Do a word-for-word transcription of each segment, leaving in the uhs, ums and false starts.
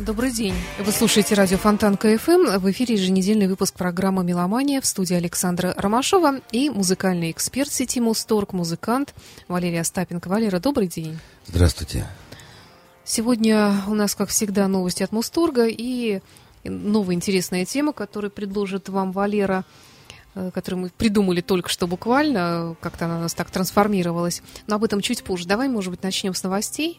Добрый день. Вы слушаете радио Фонтан КФМ. В эфире еженедельный выпуск программы «Меломания». В студии Александра Ромашова и музыкальный эксперт сети Мусторг, музыкант Валерия Остапенко. Валера, добрый день. Здравствуйте. Сегодня у нас, как всегда, новости от Мусторга и новая интересная тема, которую предложит вам Валера, которую мы придумали только что буквально, как-то она у нас так трансформировалась. Но об этом чуть позже. Давай, может быть, начнем с новостей.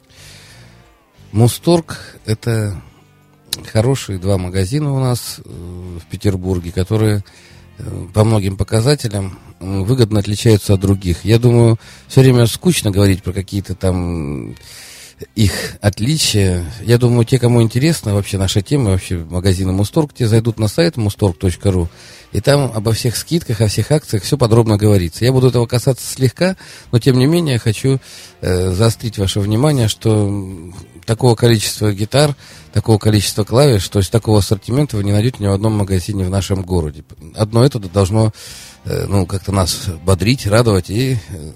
Мусторг – это хорошие два магазина у нас в Петербурге, которые по многим показателям выгодно отличаются от других. Я думаю, все время скучно говорить про какие-то там их отличия. Я думаю, те, кому интересна вообще наша тема, вообще магазины Мусторг, те зайдут на сайт мусторг точка ру, и там обо всех скидках, о всех акциях все подробно говорится. Я буду этого касаться слегка, но тем не менее хочу э, заострить ваше внимание, что такого количества гитар, такого количества клавиш, то есть такого ассортимента вы не найдете ни в одном магазине в нашем городе. Одно это должно э, ну, как-то нас бодрить, радовать и э,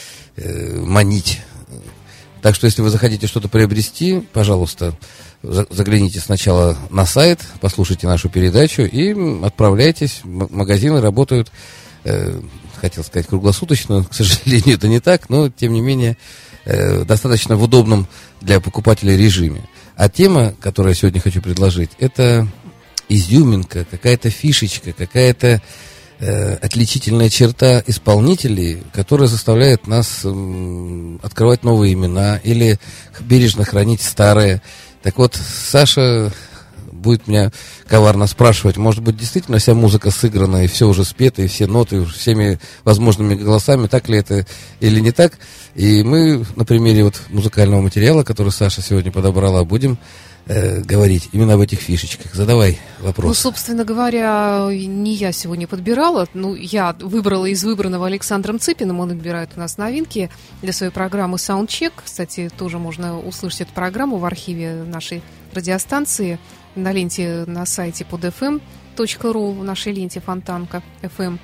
э, манить. Так что, если вы захотите что-то приобрести, пожалуйста, загляните сначала на сайт, послушайте нашу передачу и отправляйтесь. Магазины работают, э, хотел сказать, круглосуточно. К сожалению, это не так, но, тем не менее, э, достаточно в удобном для покупателя режиме. А тема, которую я сегодня хочу предложить, это изюминка, какая-то фишечка, какая-то отличительная черта исполнителей, которая заставляет нас м, открывать новые имена или бережно хранить старые. Так вот, Саша будет меня коварно спрашивать, может быть, действительно вся музыка сыграна, и все уже спето, и все ноты всеми возможными голосами, так ли это или не так. И мы на примере вот музыкального материала, который Саша сегодня подобрала, будем э, говорить именно об этих фишечках. Задавай вопрос. Ну, собственно говоря, не я сегодня подбирала. Ну, я выбрала из выбранного Александром Цыпиным. Он отбирает у нас новинки для своей программы «Саундчек». Кстати, тоже можно услышать эту программу в архиве нашей радиостанции на ленте на сайте под эф эм точка ру, в нашей ленте Фонтанка эф эм.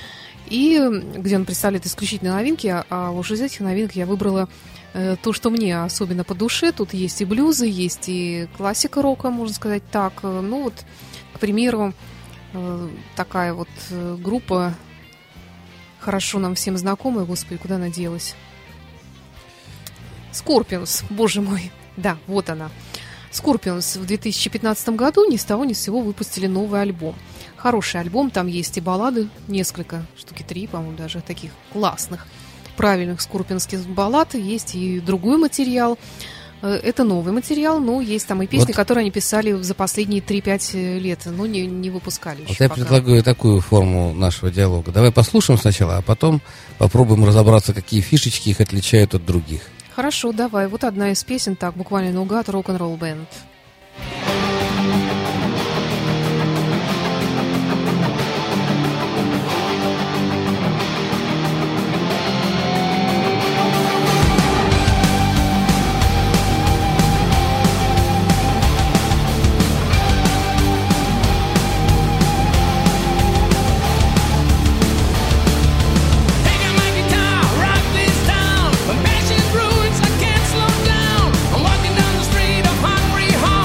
И где он представляет исключительно новинки, а уж из этих новинок я выбрала э, то, что мне особенно по душе. Тут есть и блюзы, есть и классика рока, можно сказать так. Ну вот, к примеру, э, такая вот э, группа, хорошо нам всем знакомая, господи, куда она делась? Скорпионс, боже мой, да, вот она. Скорпионс в две тысячи пятнадцатом году ни с того ни с сего выпустили новый альбом. Хороший альбом, там есть и баллады, несколько, штуки три, по-моему, даже таких классных, правильных скорпионских баллад. Есть и другой материал. Это новый материал, но есть там и песни, вот, которые они писали за последние три-пять лет, но не, не выпускали еще вот я пока. предлагаю такую форму нашего диалога. Давай послушаем сначала, а потом попробуем разобраться, какие фишечки их отличают от других. Хорошо, давай. Вот одна из песен, так, буквально наугад, рок-н-ролл бэнд. Walking down the street of Hungry Heart.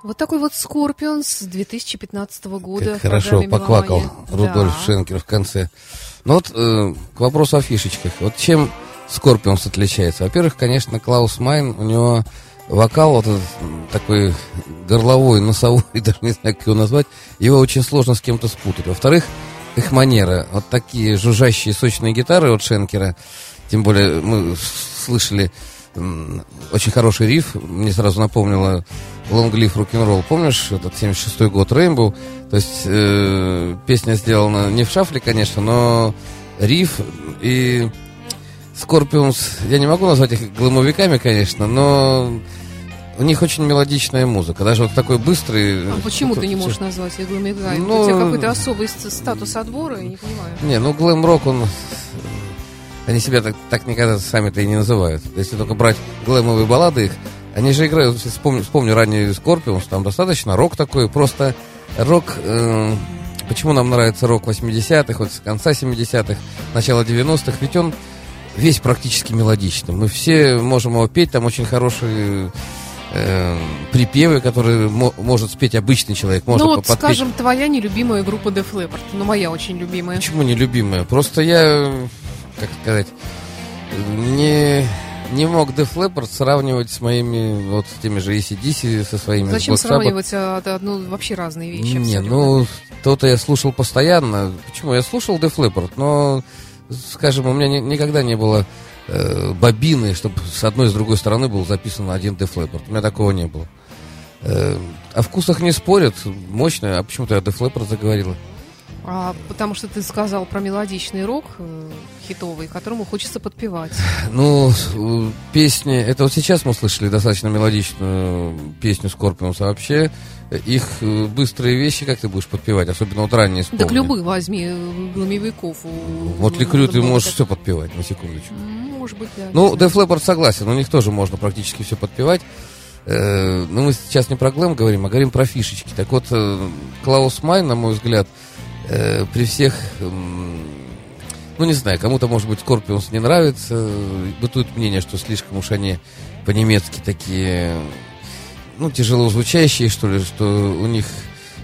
Вот такой вот Scorpions две тысячи пятнадцатого года. Как хорошо поквакал Рудольф да. Шенкер в конце. Ну вот э, к вопросу о фишечках. Вот чем Scorpions отличается? Во-первых, конечно, Клаус Майн, у него вокал вот этот, такой горловой, носовой, даже не знаю, как его назвать, его очень сложно с кем-то спутать. Во-вторых, их манера. Вот такие жужжащие сочные гитары от Шенкера, тем более мы слышали очень хороший риф, мне сразу напомнило Long Live Rock'n'Roll. Помнишь, этот семьдесят шестой год, Rainbow? То есть э, песня сделана не в шафле, конечно, но риф и Scorpions, я не могу назвать их глэмовиками, конечно, но у них очень мелодичная музыка. Даже вот такой быстрый... А почему ты не можешь назвать их глэмовиками? Ну, у тебя какой-то особый статус отбора, я не понимаю. Не, ну глэм-рок, он... Они себя так, так никогда сами-то и не называют. Если только брать глэмовые баллады их, они же играют, вспомню, вспомню ранний Scorpions, там достаточно рок такой, просто рок... Э, почему нам нравится рок восьмидесятых, вот с конца семидесятых, начала девяностых, ведь он весь практически мелодичный. Мы все можем его петь, там очень хорошие э, припевы, которые мо- может спеть обычный человек. Можно ну вот, подпеть. Скажем, твоя нелюбимая группа Def Leppard, ну моя очень любимая. Почему нелюбимая? Просто я... как сказать, не, не мог Def Leppard сравнивать с моими, вот, с теми же эй си ди си, со своими... Зачем сравнивать? А, ну, вообще разные вещи. Не, абсолютно. ну, то-то я слушал постоянно. Почему? Я слушал Def Leppard, но, скажем, у меня ни, никогда не было э, бобины, чтобы с одной и с другой стороны был записан один Def Leppard. У меня такого не было. Э, о вкусах не спорят, мощно. А почему ты о Def Leppard заговорила? А, потому что ты сказал про мелодичный рок э, хитовый, которому хочется подпевать. Ну, песни... Это вот сейчас мы слышали достаточно мелодичную песню Scorpions, а вообще их быстрые вещи, как ты будешь подпевать? Особенно вот ранние вспомни. Так любых возьми глэмовиков. Вот Лекрю ты можешь так... все подпевать, на секундочку. Может быть, да. Ну, Def Leppard согласен, у них тоже можно практически все подпевать. Э, но мы сейчас не про глэм говорим, а говорим про фишечки. Так вот, Клаус Майн, на мой взгляд, при всех, ну не знаю, кому-то, может быть, Scorpions не нравится, бытует мнение, что слишком уж они по-немецки такие, ну, тяжело звучащие, что ли, что у них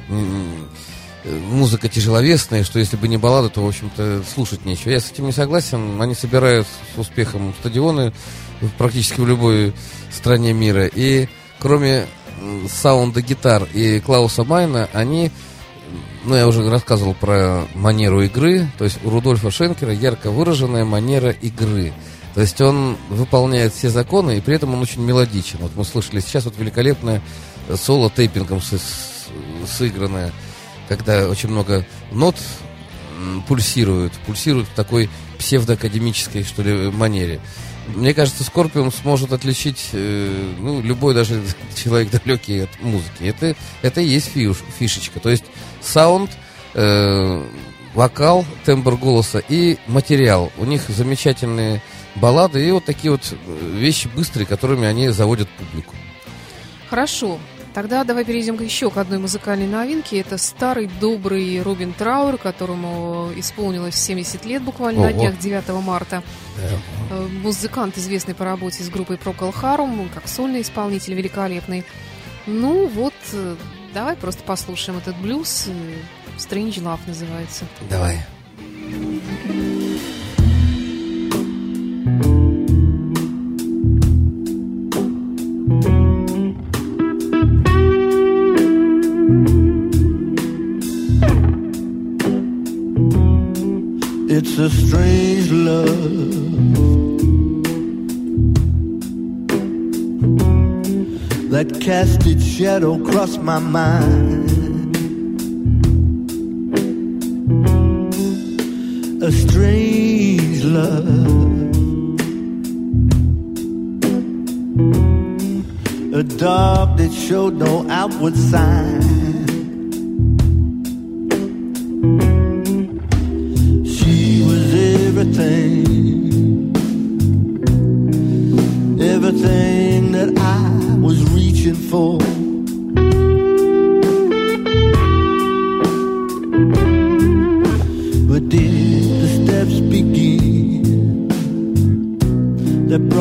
музыка тяжеловесная, что если бы не баллада, то, в общем-то, слушать нечего. Я с этим не согласен, они собирают с успехом стадионы практически в любой стране мира, и кроме саунда гитар и Клауса Майна, они... Ну, я уже рассказывал про манеру игры. То есть у Рудольфа Шенкера ярко выраженная манера игры. То есть он выполняет все законы, и при этом он очень мелодичен. Вот мы слышали сейчас вот великолепное соло тейпингом с, с, сыгранное, когда очень много нот пульсируют, пульсируют в такой псевдоакадемической, что ли, манере. Мне кажется, Scorpions сможет отличить э, ну, любой даже человек далекий от музыки. Это, это и есть фиш, фишечка. То есть саунд, э, вокал, тембр голоса и материал. У них замечательные баллады и вот такие вот вещи быстрые, которыми они заводят публику. Хорошо. Тогда давай перейдем еще к одной музыкальной новинке. Это старый добрый Робин Трауэр, которому исполнилось семьдесят лет буквально Ого. на днях, девятого марта. Да. Музыкант, известный по работе с группой Procol Harum, как сольный исполнитель, великолепный. Ну вот, давай просто послушаем этот блюз. Strange Love называется. Давай. It's a strange love that cast its shadow across my mind. A strange love, a dog that showed no outward sign. Everything, everything that I was reaching for. But did the steps begin that brought me to this bolted door? Ну,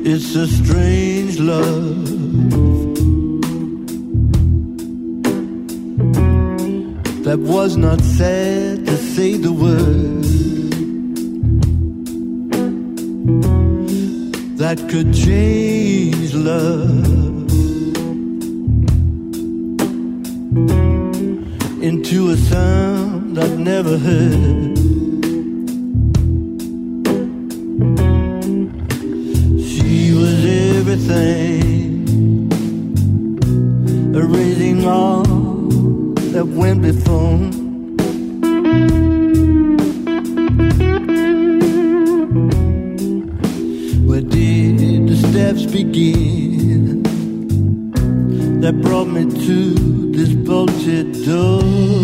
It's a strange love that was not sad to say the word, that could change love into a sound I've never heard. She was everything, erasing all that went before. Where did the steps begin that brought me to this bolted door?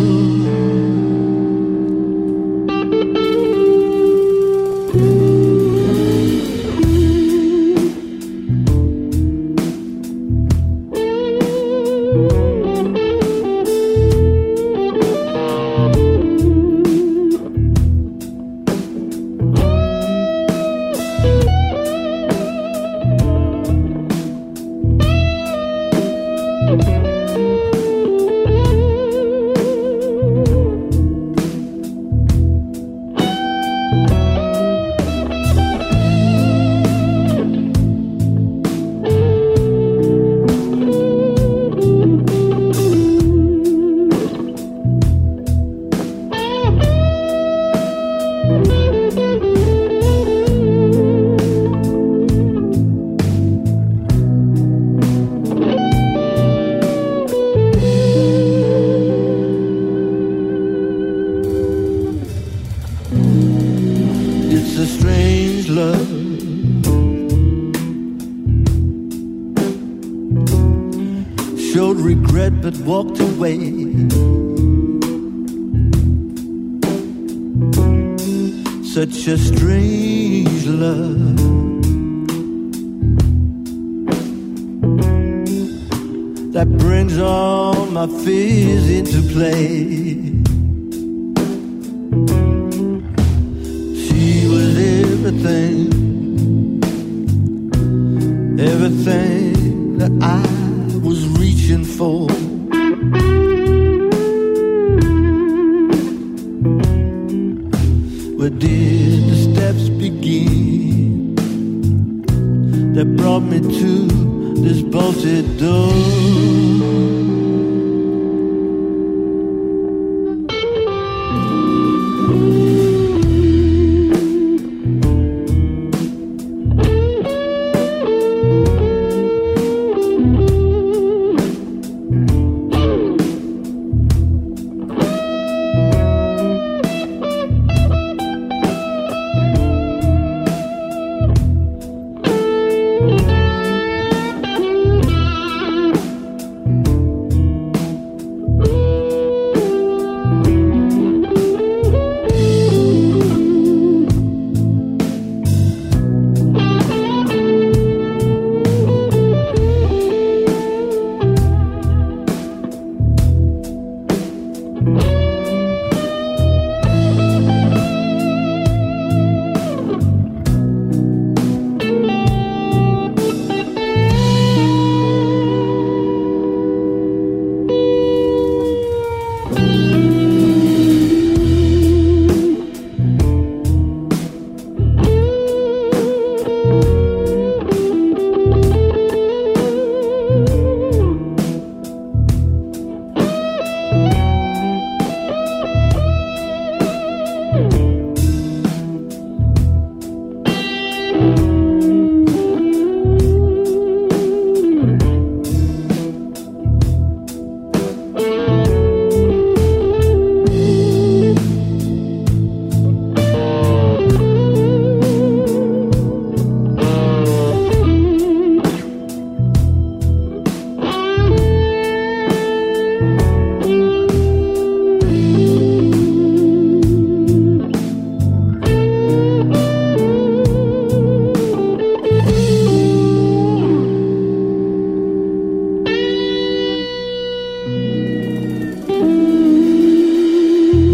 Showed regret but walked away. Such a strange love that brings all my fears into play. She was everything, everything that I was reaching for. Where did the steps begin that brought me to this bolted door?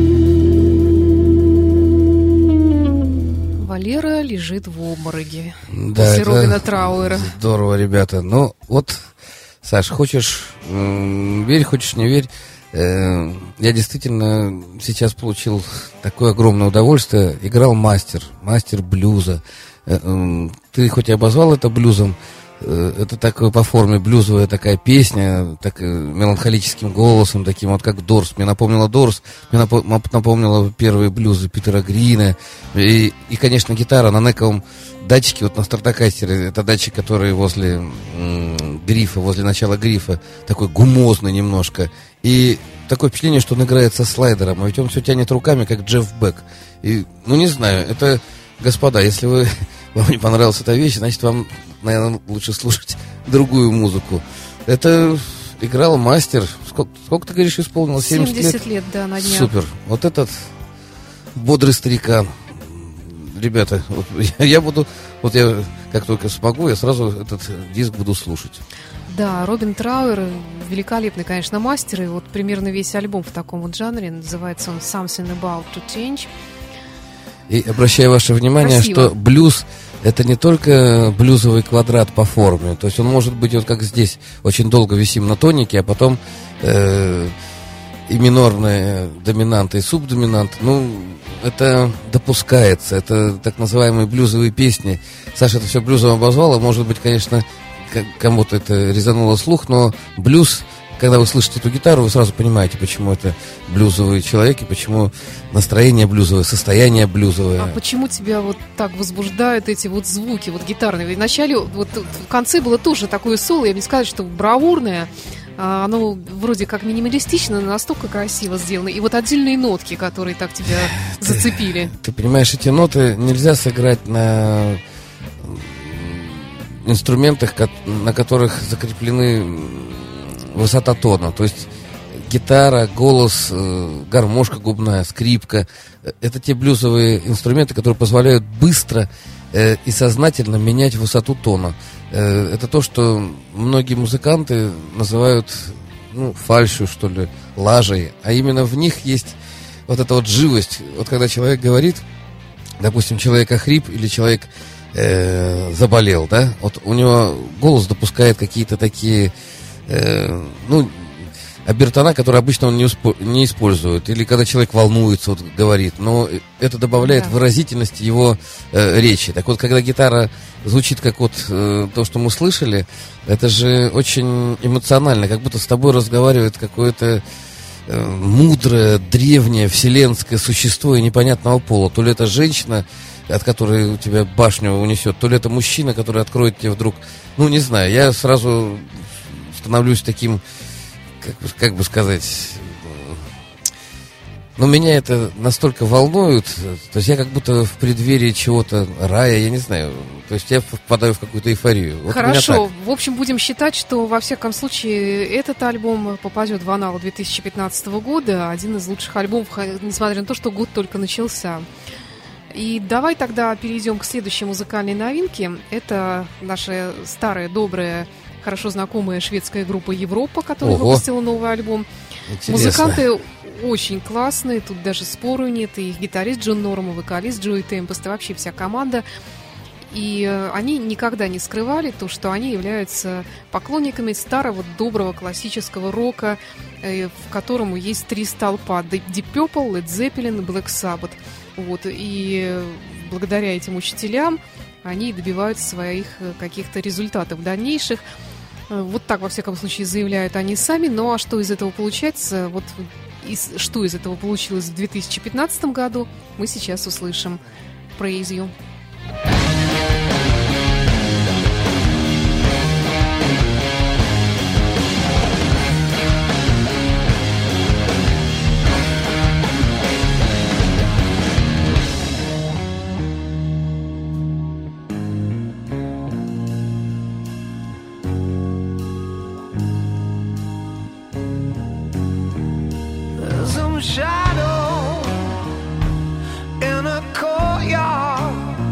Валера лежит в обмороке. Да, после это Робина Трауэра. Здорово, ребята. Ну, вот, Саш, хочешь м- верь, хочешь не верь, э- я действительно сейчас получил такое огромное удовольствие. Играл мастер, мастер блюза. Э- э- ты хоть и обозвал это блюзом, э- это такое по форме блюзовая такая песня, так, э- меланхолическим голосом, таким вот как Дорс. Мне напомнила Дорс, мне напо- напомнила первые блюзы Питера Грина. И, и, конечно, гитара на нековом датчике, вот на стратокастере, это датчик, который возле м- грифа, возле начала грифа, такой гумозный немножко. И такое впечатление, что он играет со слайдером, а ведь он все тянет руками, как Джефф Бек. И, ну, не знаю, это, господа, если вы, вам не понравилась эта вещь, значит, вам, наверное, лучше слушать другую музыку. Это играл мастер. Сколько, сколько ты говоришь, исполнилось? семьдесят лет? семьдесят лет, да, на днях. Супер. Вот этот бодрый старикан. Ребята, вот я, я буду, вот я как только смогу, я сразу этот диск буду слушать. Да, Робин Трауэр великолепный, конечно, мастер, и вот примерно весь альбом в таком вот жанре, называется он «Something About to Change». И обращаю ваше внимание, Красиво. что блюз — это не только блюзовый квадрат по форме, то есть он может быть вот как здесь, очень долго висим на тонике, а потом э, и минорные доминанты, и субдоминанты, ну, это допускается, это так называемые блюзовые песни. Саша это все блюзом обозвала, может быть, конечно, кому-то это резануло слух, но блюз, когда вы слышите эту гитару, вы сразу понимаете, почему это блюзовый человек и почему настроение блюзовое, состояние блюзовое. А почему тебя вот так возбуждают эти вот звуки, вот гитарные? Ведь вначале, вот в конце было тоже такое соло, я бы не сказала, что бравурное, а оно вроде как минималистично, но настолько красиво сделано. И вот отдельные нотки, которые так тебя зацепили. Ты, ты понимаешь, эти ноты нельзя сыграть на инструментах, на которых закреплены высота тона. То есть гитара, голос, гармошка губная, скрипка — это те блюзовые инструменты, которые позволяют быстро и сознательно менять высоту тона. Это то, что многие музыканты называют, ну, фальшью, что ли, лажей. А именно в них есть вот эта вот живость. Вот когда человек говорит, допустим, человек охрип или человек э, заболел, да, вот у него голос допускает какие-то такие, э, ну, обертона, которые обычно он не, успо- не использует. Или когда человек волнуется, вот говорит. Но это добавляет Да. выразительность его э, речи. Так вот, когда гитара звучит как вот э, то, что мы слышали, это же очень эмоционально. Как будто с тобой разговаривает какое-то э, мудрое, древнее, вселенское существо и непонятного пола. То ли это женщина, от которой у тебя башню унесет, то ли это мужчина, который откроет тебе вдруг... Ну, не знаю, я сразу становлюсь таким... Как бы, как бы сказать, ну, меня это настолько волнует, то есть я как будто в преддверии чего-то рая, я не знаю, то есть я впадаю в какую-то эйфорию. Вот Хорошо, в общем, будем считать, что во всяком случае этот альбом попадет в аналы две тысячи пятнадцатого года, один из лучших альбомов, несмотря на то, что год только начался. И давай тогда перейдем к следующей музыкальной новинке. Это наша старая, добрая, хорошо знакомая шведская группа «Европа», которая Ого. выпустила новый альбом. Интересно. Музыканты очень классные, тут даже спору нет. И их гитарист Джон Норм, и вокалист Джои Темпест, и вообще вся команда. И э, они никогда не скрывали то, что они являются поклонниками старого, доброго, классического рока, э, в котором есть три столпа: Deep Purple, Led Zeppelin, Black Sabbath. Вот. И э, благодаря этим учителям они добиваются своих э, каких-то результатов дальнейших. Э, вот так, во всяком случае, заявляют они сами. Ну а что из этого получается, вот из, что из этого получилось в две тысячи пятнадцатом году, мы сейчас услышим. Praise You. Shadow in a courtyard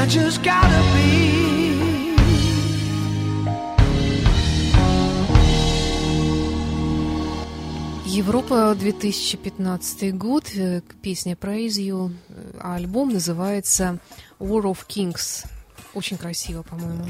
I just gotta be. Европа, две тысячи пятнадцатый год, песня Praise You, а альбом называется War of Kings. Очень красиво, по-моему.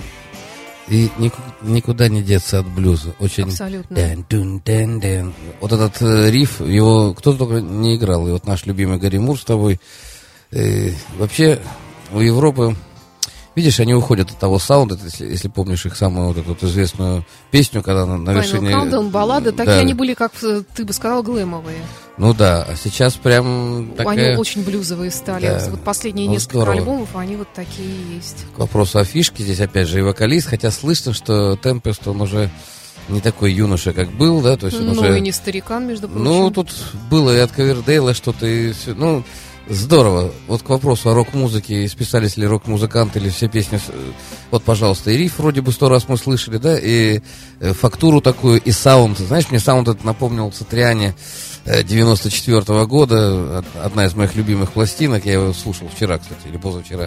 И никуда не деться от блюза. Очень... Абсолютно. Дэн, дун, дэн, дэн. Вот этот э, риф, его кто-то только не играл. И вот наш любимый Гарри Мур с тобой. Э, вообще, у Европы, видишь, они уходят от того саунда, если, если помнишь их самую вот эту вот известную песню, когда на, на вершине... Final Countdown, баллады, да. такие они были, как ты бы сказал, глэмовые. Ну да, а сейчас прям такая... Они очень блюзовые стали. Да. Вот последние Ну, несколько здорово. альбомов, они вот такие и есть. К вопросу о фишке, здесь опять же и вокалист, хотя слышно, что Темпест, он уже не такой юноша, как был, да, то есть он Ну уже... и не старикан, между прочим. Ну, тут было и от Ковердейла что-то, и все, ну, здорово. Вот к вопросу о рок-музыке, списались ли рок-музыканты или все песни, вот, пожалуйста, и риф вроде бы сто раз мы слышали, да, и фактуру такую, и саунд, знаешь, мне саунд этот напомнил Сатриани девяносто четвёртого года, одна из моих любимых пластинок, я его слушал вчера, кстати, или позавчера,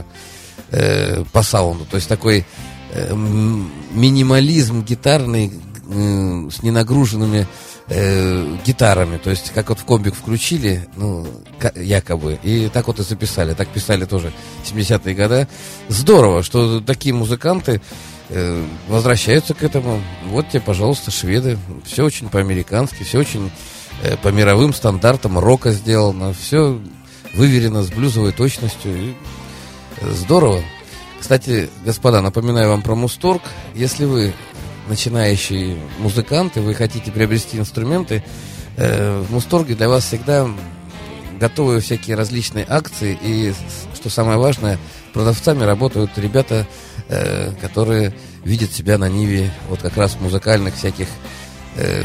э, по саунду, то есть такой э, минимализм гитарный э, с ненагруженными э, гитарами, то есть как вот в комбик включили, ну, якобы, и так вот и записали, так писали тоже семидесятые годы. Здорово, что такие музыканты э, возвращаются к этому. Вот тебе, пожалуйста, шведы, все очень по-американски, все очень по мировым стандартам рока сделано, все выверено с блюзовой точностью. И здорово. Кстати, господа, напоминаю вам про Мусторг. Если вы начинающий музыкант и вы хотите приобрести инструменты, э, в Мусторге для вас всегда готовы всякие различные акции. И, что самое важное, продавцами работают ребята, э, которые видят себя на ниве вот как раз музыкальных всяких э,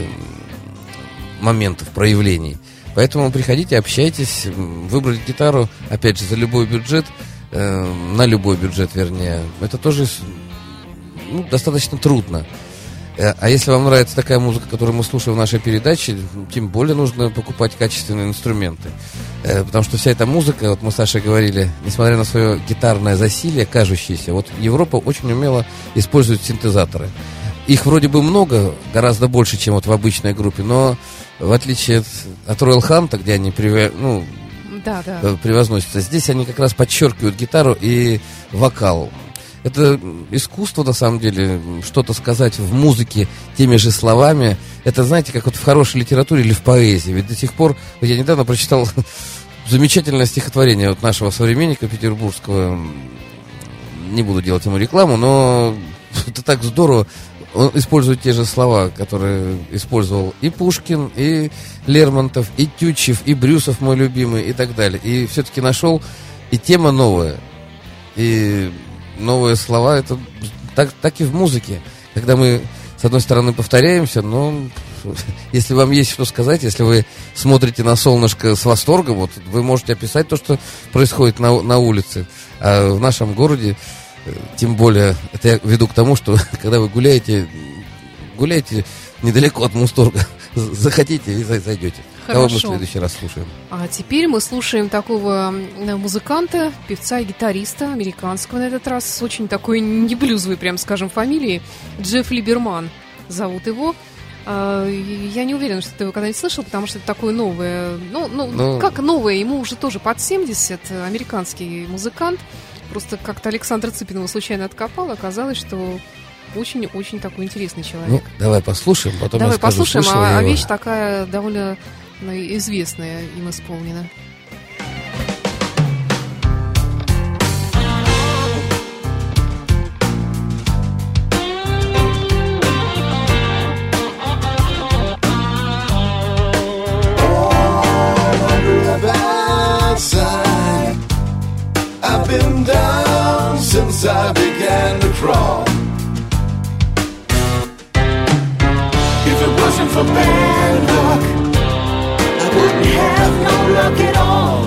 моментов, проявлений. Поэтому приходите, общайтесь, выбрать гитару, опять же, за любой бюджет, э, на любой бюджет, вернее, это тоже ну, достаточно трудно. Э, а если вам нравится такая музыка, которую мы слушаем в нашей передаче, тем более нужно покупать качественные инструменты. Э, потому что вся эта музыка, вот мы с Сашей говорили, несмотря на свое гитарное засилие, кажущееся, вот Европа очень умело использует синтезаторы. Их вроде бы много, гораздо больше, чем вот в обычной группе, но в отличие от, от Royal Hunt, где они приве, ну, да, да. превозносятся, здесь они как раз подчеркивают гитару и вокал. Это искусство, на самом деле, что-то сказать в музыке теми же словами. Это, знаете, как вот в хорошей литературе или в поэзии. Ведь до сих пор, я недавно прочитал замечательное стихотворение вот нашего современника петербургского, не буду делать ему рекламу, но это так здорово. Он использует те же слова, которые использовал и Пушкин, и Лермонтов, и Тютчев, и Брюсов, мой любимый, и так далее. И все-таки нашел и тема новая, и новые слова. Это так, так и в музыке. Когда мы, с одной стороны, повторяемся, но если вам есть что сказать, если вы смотрите на солнышко с восторгом, вот, вы можете описать то, что происходит на, на улице. А в нашем городе, тем более, это я веду к тому, что когда вы гуляете, гуляйте недалеко от Мусторга, захотите и зайдете. Кого мы в следующий раз слушаем? А теперь мы слушаем такого музыканта, певца и гитариста, американского на этот раз, с очень такой не блюзовой, прям скажем, фамилией. Джефф Либерман зовут его. Я не уверена, что ты его когда-нибудь слышал, потому что это такое новое, ну, ну, ну как новое, ему уже тоже под семьдесят, американский музыкант. Просто как-то Александр Цыпин его случайно откопал, оказалось, что очень-очень такой интересный человек. Ну, давай послушаем, потом давай я скажу, послушаем, слышал а, я а его. вещь такая довольно ну, известная им исполнена. I've been down since I began to crawl. If it wasn't for bad luck, I wouldn't have no luck at all.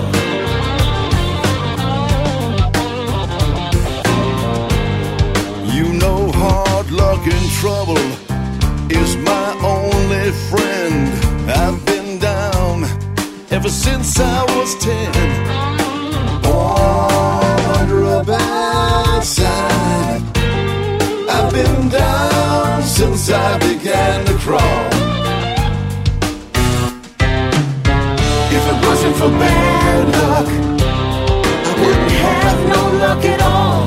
You know hard luck and trouble is my only friend. I've been down ever since I was ten. Born under a bad since I began to crawl. If it wasn't for bad luck, I wouldn't have no luck at all.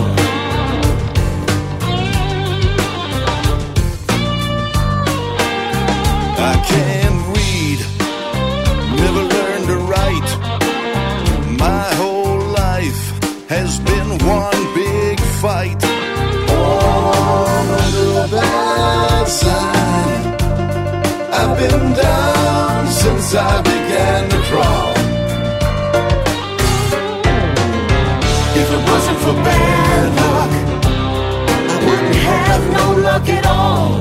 I can't read, never learned to write. My whole life has been one big fight. All under a bad sign. I've been down since I began to crawl. If it wasn't for bad luck, I wouldn't have no luck at all.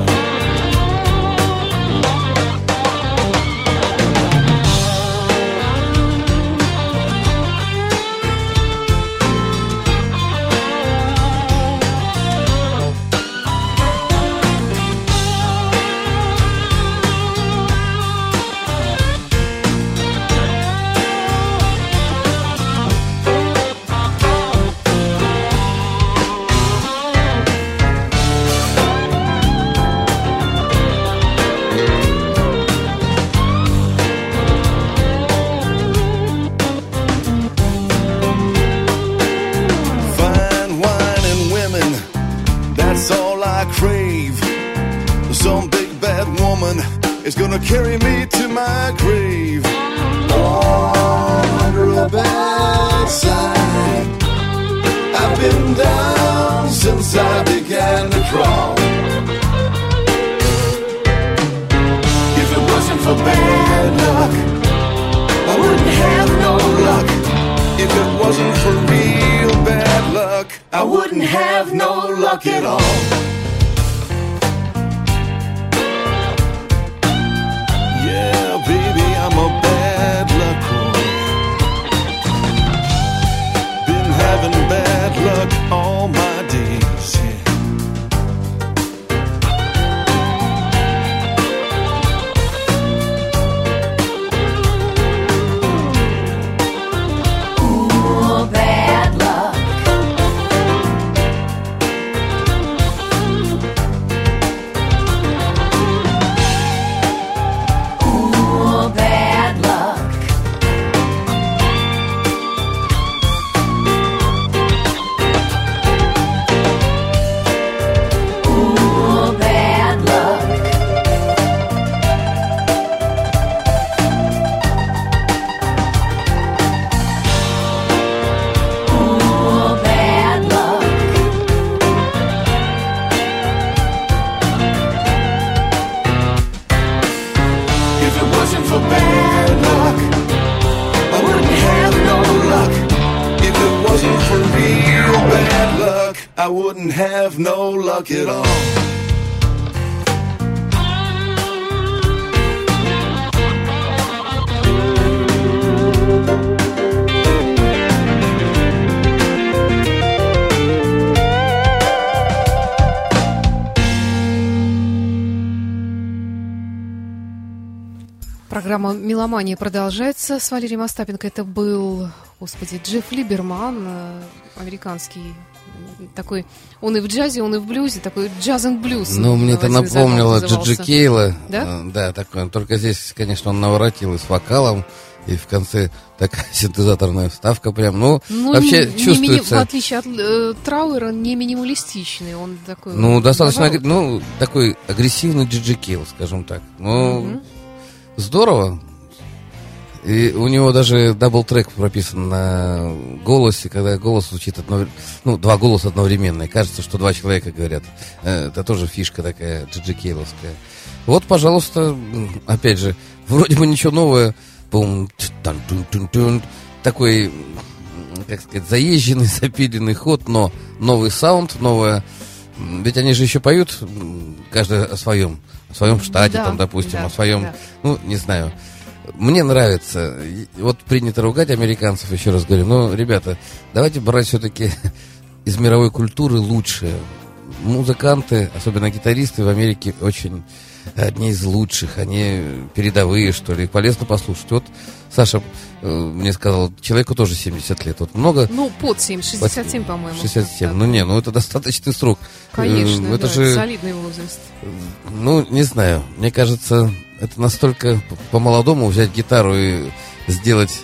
It's gonna carry me to my grave. All under a bad sign. I've been down since I began to crawl. If it wasn't for bad luck, I wouldn't have no luck. If it wasn't for real bad luck, I wouldn't have no luck at all. Baby, I'm a bad luck boy. Been having bad luck all my days, yeah. Ooh, bad luck. I wouldn't have no luck at all. Программа «Меломания» продолжается с Валерием Остапенко. Это был, господи, Джефф Либерман, американский такой, он и в джазе, он и в блюзе, такой джаз энд блюз. Ну, мне это напомнило Джиджи Кейла. Да? Да, такой. Только здесь, конечно, он наворотил и с вокалом, и в конце такая синтезаторная вставка прям. Ну, ну вообще не, чувствуется... Не, в отличие от э, Трауэра, не минималистичный, он такой... Ну, достаточно, наоборот. ну, такой агрессивный Джиджи Кейл, скажем так. Ну, угу. Здорово. И у него даже дабл-трек прописан на голосе, когда голос звучит одновременно, ну, два голоса одновременно, и кажется, что два человека говорят. Это тоже фишка такая Джиджи Кейловская. Вот, пожалуйста, опять же, вроде бы ничего новое, такой, как сказать, заезженный, запиленный ход, но новый саунд, новое. Ведь они же еще поют, каждый о своем, о своем штате, да, там, допустим, да, о своем, да. Ну, не знаю. Мне нравится. Вот принято ругать американцев, еще раз говорю. Но, ребята, давайте брать все-таки из мировой культуры лучшее. Музыканты, особенно гитаристы в Америке очень одни из лучших, они передовые, что ли. Их полезно послушать. Вот Саша э, мне сказал, человеку тоже семьдесят лет. Вот много... Ну, под семьдесят, шестьдесят семь, по-моему. шестьдесят семь. Да. Ну, не, ну это достаточный срок. Конечно, э, это да, же, это солидный возраст. Ну, не знаю, мне кажется, это настолько по-молодому взять гитару и сделать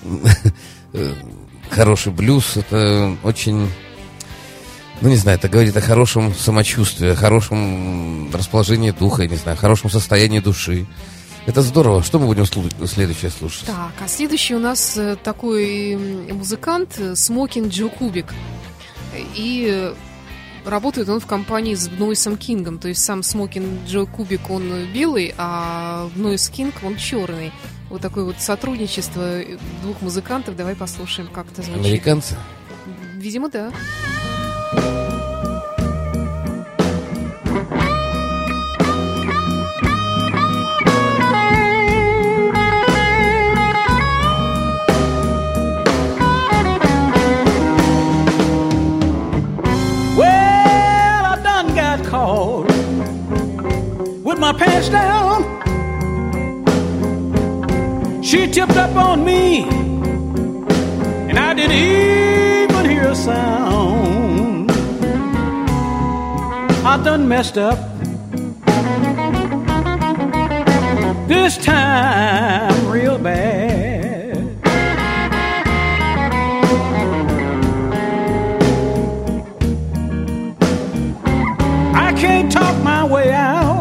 хороший блюз, это очень... Ну, не знаю, это говорит о хорошем самочувствии, о хорошем расположении духа, я не знаю, о хорошем состоянии души. Это здорово. Что мы будем слу- следующее слушать? Так, а следующий у нас э, такой музыкант Смокин Джо Кубик. И э, работает он в компании с Нойсом Кингом. То есть сам Смокин Джо Кубик, он белый, а Нойс Кинг, он черный. Вот такое вот сотрудничество двух музыкантов. Давай послушаем, как это звучит. Американцы? Видимо, да. With my pants down, she tipped up on me, and I didn't even hear a sound. I done messed up this time real bad. I can't talk my way out.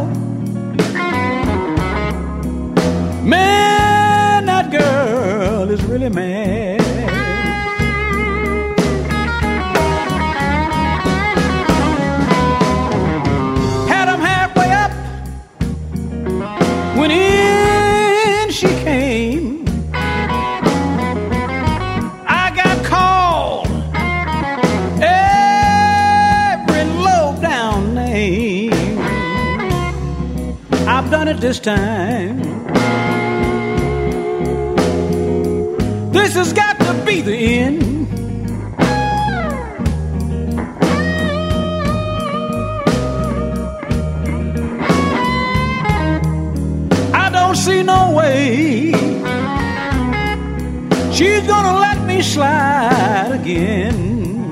Man, that girl is really mad. Had him halfway up when in she came. I got called every low down name. I've done it this time. This has got to be the end. I don't see no way she's gonna let me slide again.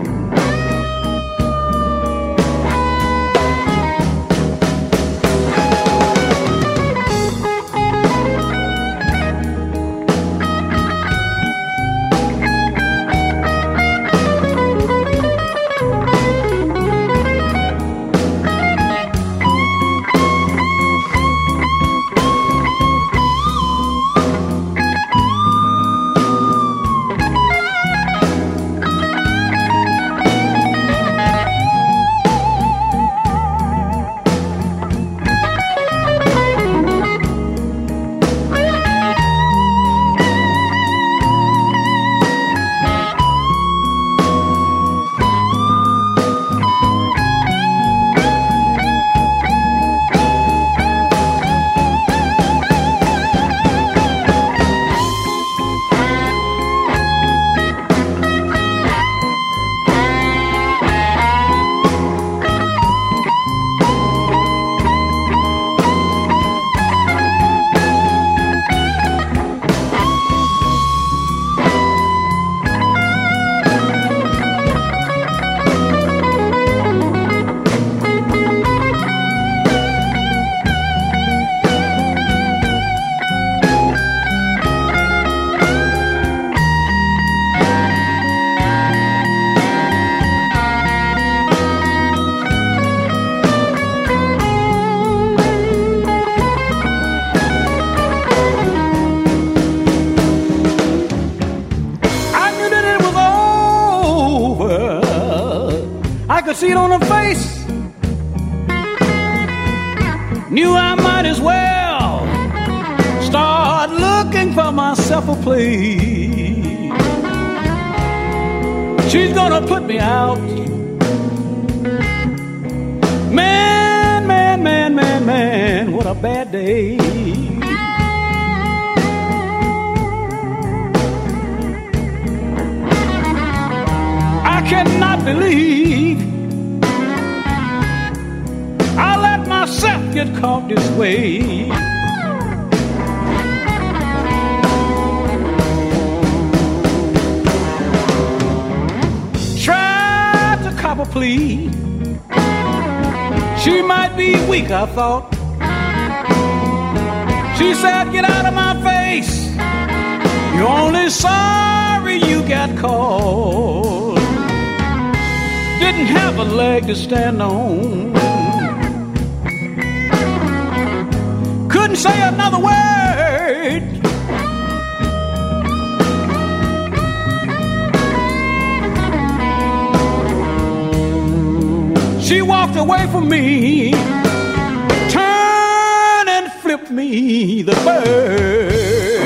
See it on her face. Knew I might as well start looking for myself a place. She's gonna put me out. Man, man, man, man, man, what a bad day. I cannot believe get caught this way. Tried to cop a plea. She might be weak, I thought. She said, get out of my face. You're only sorry you got caught. Didn't have a leg to stand on. Couldn't say another word. She walked away from me, turned and flipped me the bird.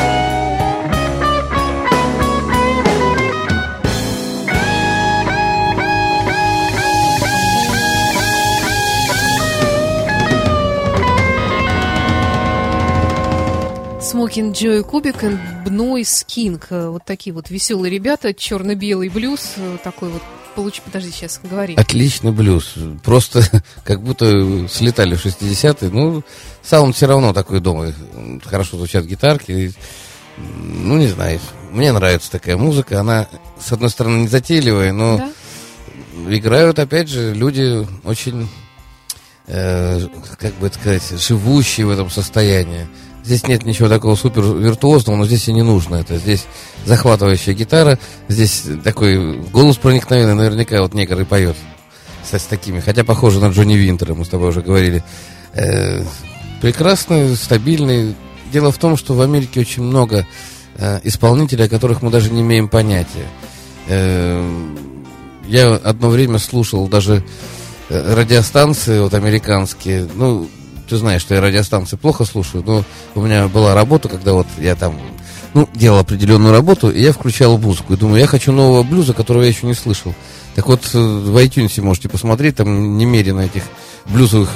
Смокинг Джо и Кубик и Noise King. Вот такие вот веселые ребята. Черно-белый блюз. Такой вот. Получи, подожди, сейчас говори. Отличный блюз. Просто как будто слетали в шестидесятые. Ну, саунд все равно такой дома. Хорошо звучат гитарки. Ну, не знаю. Мне нравится такая музыка. Она, с одной стороны, не затейливая, но да? Играют, опять же, люди очень, э, как бы это сказать, живущие в этом состоянии. Здесь нет ничего такого супер виртуозного, но здесь и не нужно это. Здесь захватывающая гитара, здесь такой голос проникновенный, наверняка вот негр и поет с, с такими, хотя похоже на Джонни Винтера, мы с тобой уже говорили. Э, прекрасный, стабильный. Дело в том, что в Америке очень много э, исполнителей, о которых мы даже не имеем понятия. Э, я одно время слушал даже э, радиостанции вот американские, ну, ты знаешь, что я радиостанции плохо слушаю, но у меня была работа, когда вот я там, ну, делал определенную работу, и я включал музыку. И думаю, я хочу нового блюза, которого я еще не слышал. Так вот, в iTunes можете посмотреть, там немерено этих блюзовых...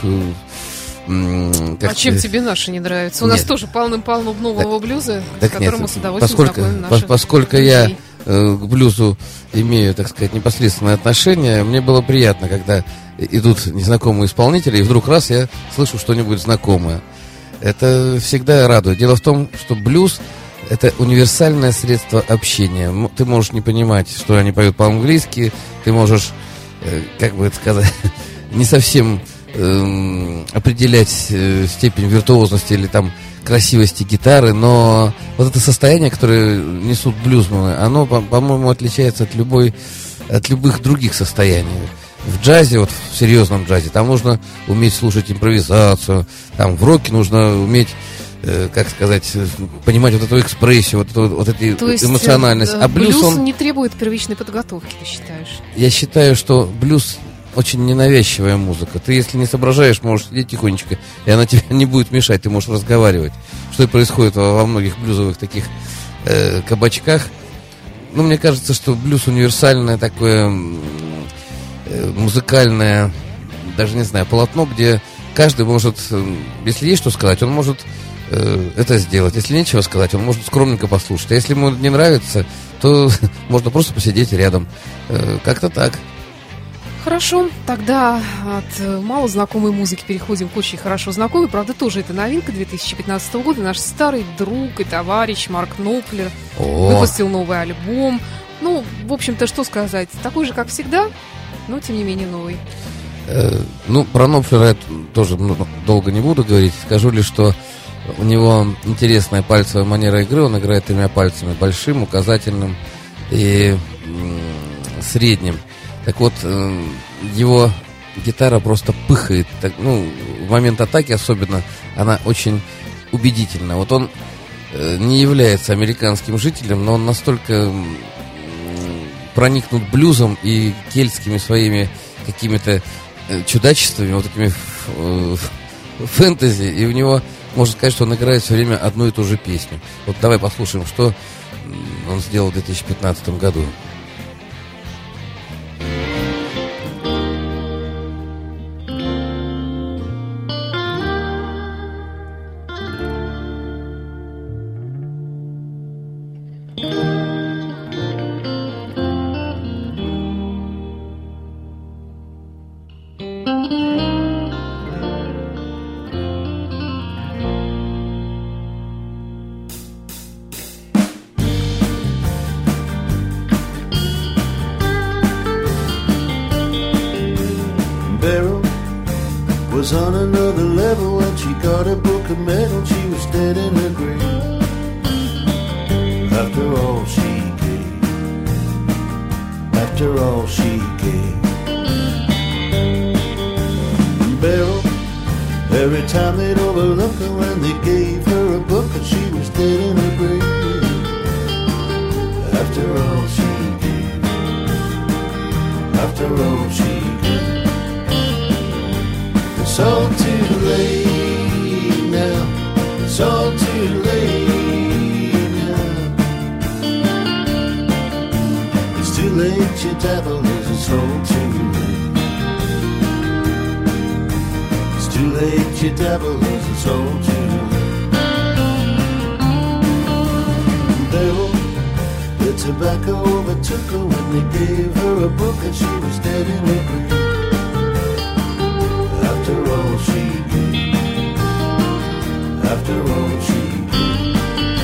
Как а чем тебе наши не нравятся? У нет. нас тоже полным-полно нового так, блюза, так с которым нет, мы с удовольствием поскольку, знакомим наших Поскольку людей. Я э, к блюзу имею, так сказать, непосредственное отношение, мне было приятно, когда идут незнакомые исполнители, и вдруг раз я слышу что-нибудь знакомое. Это всегда радует. Дело в том, что блюз — это универсальное средство общения. Ты можешь не понимать, что они поют по-английски, ты можешь, э, как бы это сказать, не совсем э, определять э, степень виртуозности или там красивости гитары, но вот это состояние, которое несут блюзмены, оно, по- по-моему, отличается от любой, от любых других состояний. В джазе, вот в серьезном джазе, там нужно уметь слушать импровизацию, там в роке нужно уметь, э, как сказать, понимать вот эту экспрессию, вот эту вот эту То есть, эмоциональность. Э, а блюз, блюз он... не требует первичной подготовки, ты считаешь? Я считаю, что блюз очень ненавязчивая музыка. Ты, если не соображаешь, можешь сидеть тихонечко, и она тебе не будет мешать, ты можешь разговаривать. Что и происходит во, во многих блюзовых таких э, кабачках. Ну, мне кажется, что блюз универсальное такое... музыкальное, даже не знаю, полотно, где каждый может, если есть что сказать, он может э, это сделать. Если нечего сказать, он может скромненько послушать. А если ему не нравится, то можно просто посидеть рядом. Э, как-то так. Хорошо, тогда от малознакомой музыки переходим к очень хорошо знакомой. Правда, тоже это новинка две тысячи пятнадцатого года. Наш старый друг и товарищ Марк Knopfler О. выпустил новый альбом. Ну, в общем-то, что сказать, такой же, как всегда, но, тем не менее, новый. Э, ну, про Knopfler я тоже долго не буду говорить. Скажу лишь, что у него интересная пальцевая манера игры. Он играет тремя пальцами: большим, указательным и м- средним. Так вот, э, его гитара просто пыхает. Так, ну, в момент атаки особенно она очень убедительна. Вот он э, не является американским жителем, но он настолько э, проникнут блюзом и кельтскими своими какими-то э, чудачествами, вот такими э, фэнтези, и у него, можно сказать, что он играет все время одну и ту же песню. Вот давай послушаем, что он сделал в две тысячи пятнадцатом году. was on another level when she got a book of medal. She was dead in her grave after all she gave, after all she gave. Beryl, every time they'd overlook her when they gave her a book, and she was dead in her grave after all she gave, after all she gave. It's all too late now, it's all too late now. It's too late, your devil is, it's all too late. It's too late, your devil is, it's all too late. Devil, the tobacco overtook her when they gave her a book, and she was dead in her grave after all she gave, after all she gave.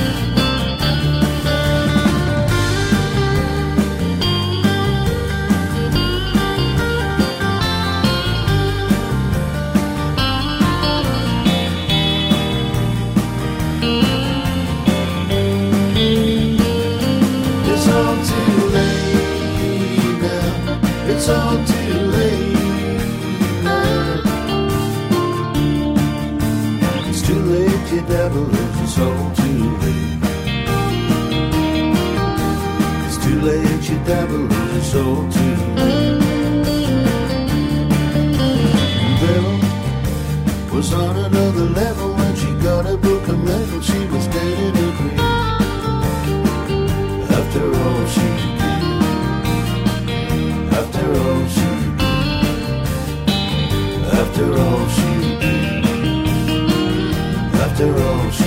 It's all too late now, it's all too late. Your devil is, it's all too late. It's too late, your devil is, it's all too late. Devil was on another level when she got a book of medal. She was dead in her grave after all she gave, after all she gave, after all she gave. After all she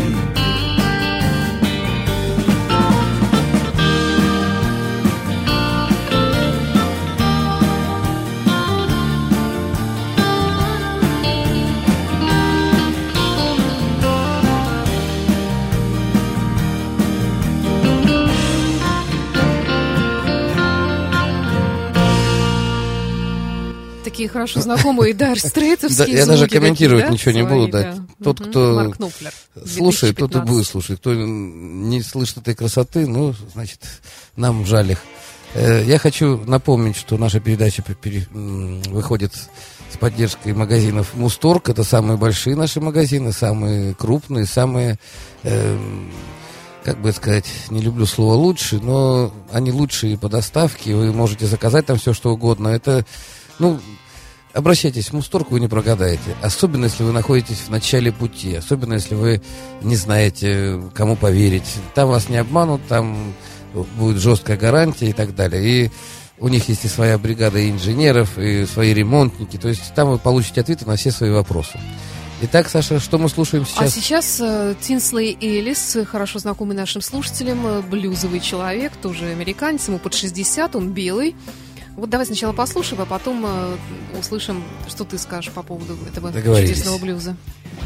Такие хорошо знакомые Dire Straits'овские Да, я даже звуки комментировать такие, ничего да, не буду. свои, Да. да. Тот, Мгм. кто Марк Knopfler, слушает, тот и две тысячи пятнадцатый. будет слушать. Кто не слышит этой красоты, ну, значит, нам жаль их. Э, Я хочу напомнить, что наша передача пере- м, выходит с поддержкой магазинов Мусторг. Это самые большие наши магазины, самые крупные, самые, эм, как бы сказать, не люблю слово лучшие, но они лучшие по доставке. Вы можете заказать там все, что угодно. Это, ну, обращайтесь в Мусторг, вы не прогадаете. Особенно, если вы находитесь в начале пути. Особенно, если вы не знаете, кому поверить. Там вас не обманут, там будет жесткая гарантия и так далее. И у них есть и своя бригада инженеров, и свои ремонтники. То есть там вы получите ответы на все свои вопросы. Итак, Саша, что мы слушаем сейчас? А сейчас э, Тинслей Эллис, хорошо знакомый нашим слушателям, э, блюзовый человек, тоже американец, ему под шестьдесят, он белый. Вот давай сначала послушаем, а потом э, услышим, что ты скажешь по поводу этого чудесного блюза.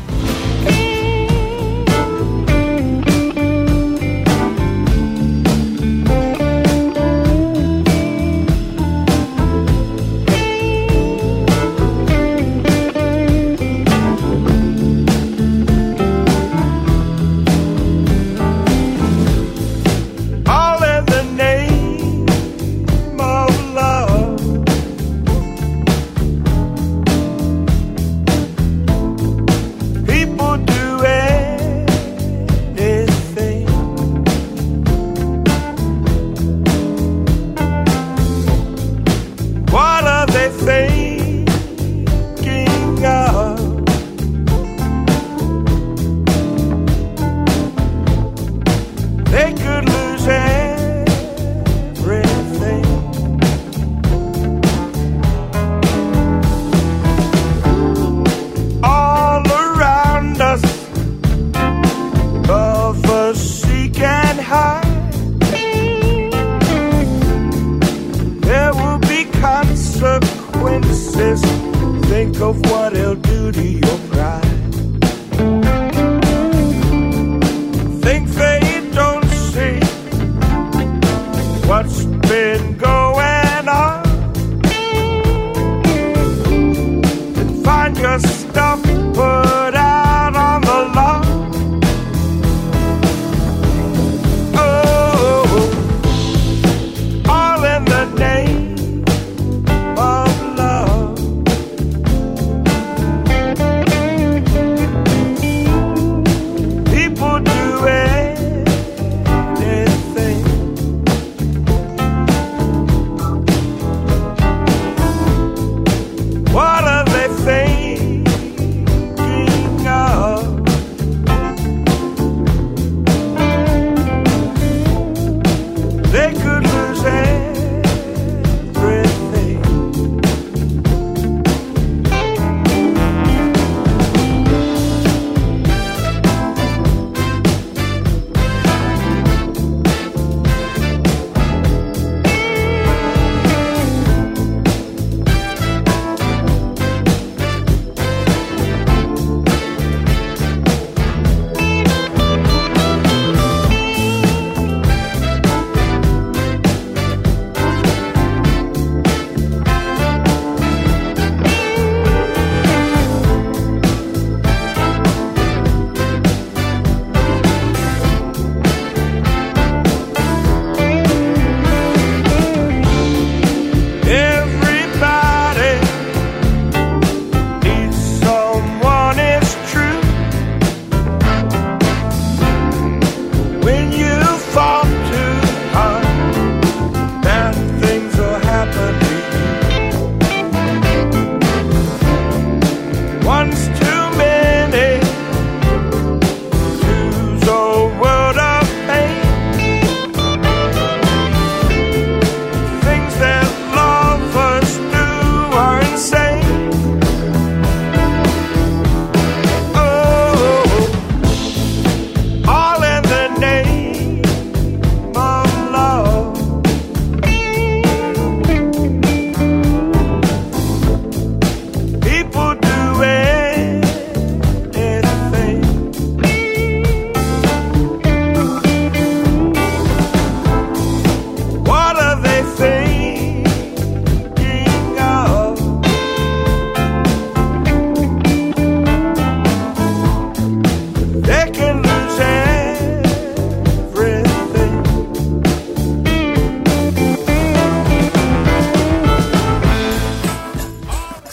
Think of what it'll do to your pride. Think they don't see what's been going on, and find yourself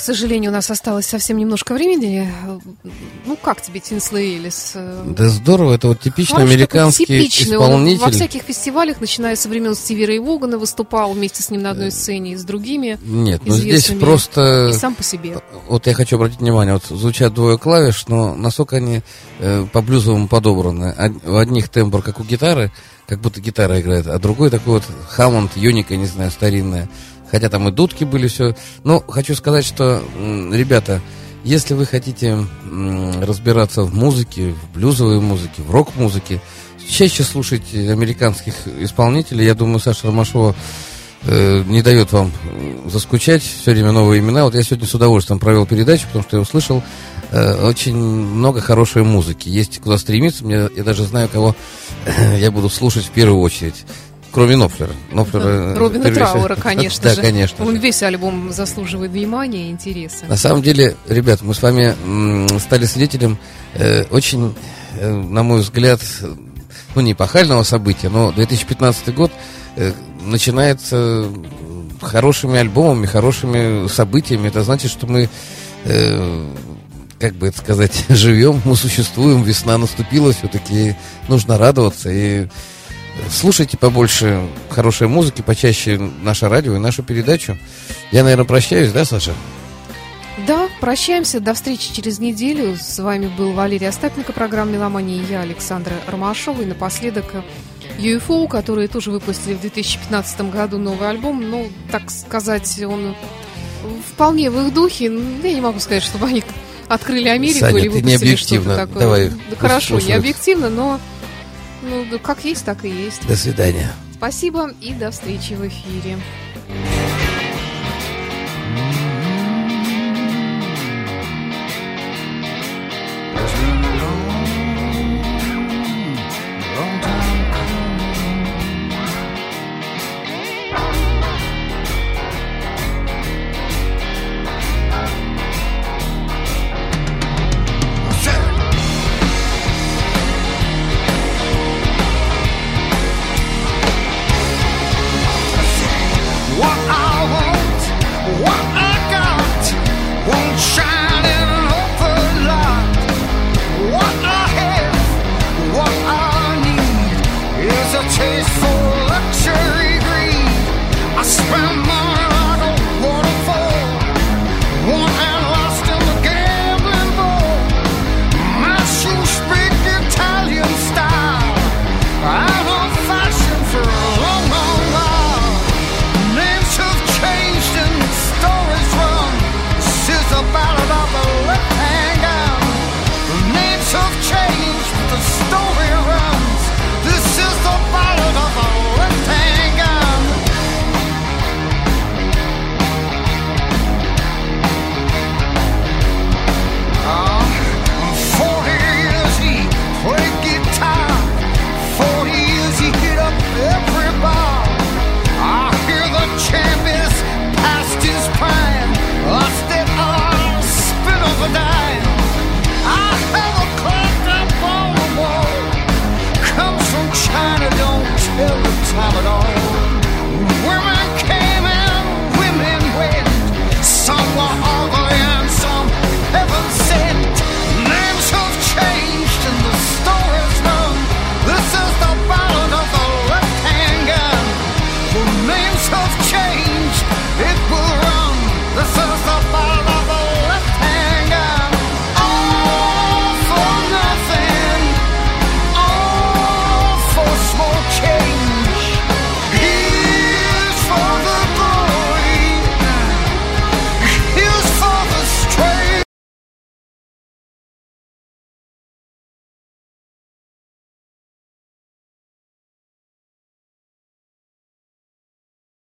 сожалению, у нас осталось совсем немножко времени. Ну, как тебе Тинслей Элис? Да здорово, это вот типичный Хороший, американский такой типичный. исполнитель. Он во всяких фестивалях, начиная со времен Стиви Рэй Вогана, выступал вместе с ним на одной сцене и с другими. Нет, ну здесь известными. просто... И сам по себе. Вот я хочу обратить внимание, вот звучат двое клавиш, но насколько они э, по-блюзовому подобраны. Од- у одних тембр, как у гитары, как будто гитара играет, а другой такой вот Хаммонд, Юника, не знаю, старинная. Хотя там и дудки были, все. Но хочу сказать, что, м, ребята, если вы хотите м, разбираться в музыке, в блюзовой музыке, в рок-музыке, чаще слушайте американских исполнителей. Я думаю, Саша Ромашова э, не дает вам заскучать. Все время новые имена. Вот я сегодня с удовольствием провел передачу, потому что я услышал э, очень много хорошей музыки. Есть куда стремиться. Мне, я даже знаю, кого я буду слушать в первую очередь. Кроме Нофлера. Нофлера Робина Трауэра, конечно да, же. конечно. Он же. Весь альбом заслуживает внимания и интереса. На самом деле, ребят, мы с вами м, стали свидетелем э, очень, э, на мой взгляд, ну, не эпохального события, но две тысячи пятнадцатый год э, начинается хорошими альбомами, хорошими событиями. Это значит, что мы, э, как бы это сказать, живем, мы существуем, весна наступила, все-таки нужно радоваться и... Слушайте побольше хорошей музыки, почаще наше радио и нашу передачу. Я, наверное, прощаюсь, да, Саша? Да, прощаемся. До встречи через неделю. С вами был Валерий Остапенко, программа «Меломания», и я, Александра Ромашова. И напоследок ю эф о, которые тоже выпустили в две тысячи пятнадцатом году новый альбом. Ну, так сказать, он вполне в их духе. Я не могу сказать, чтобы они открыли Америку, Саня, или ты не выпустили что-то объективно. такое. Давай, Да, хорошо, слушают. не объективно, но ну, как есть, так и есть. До свидания. Спасибо и до встречи в эфире.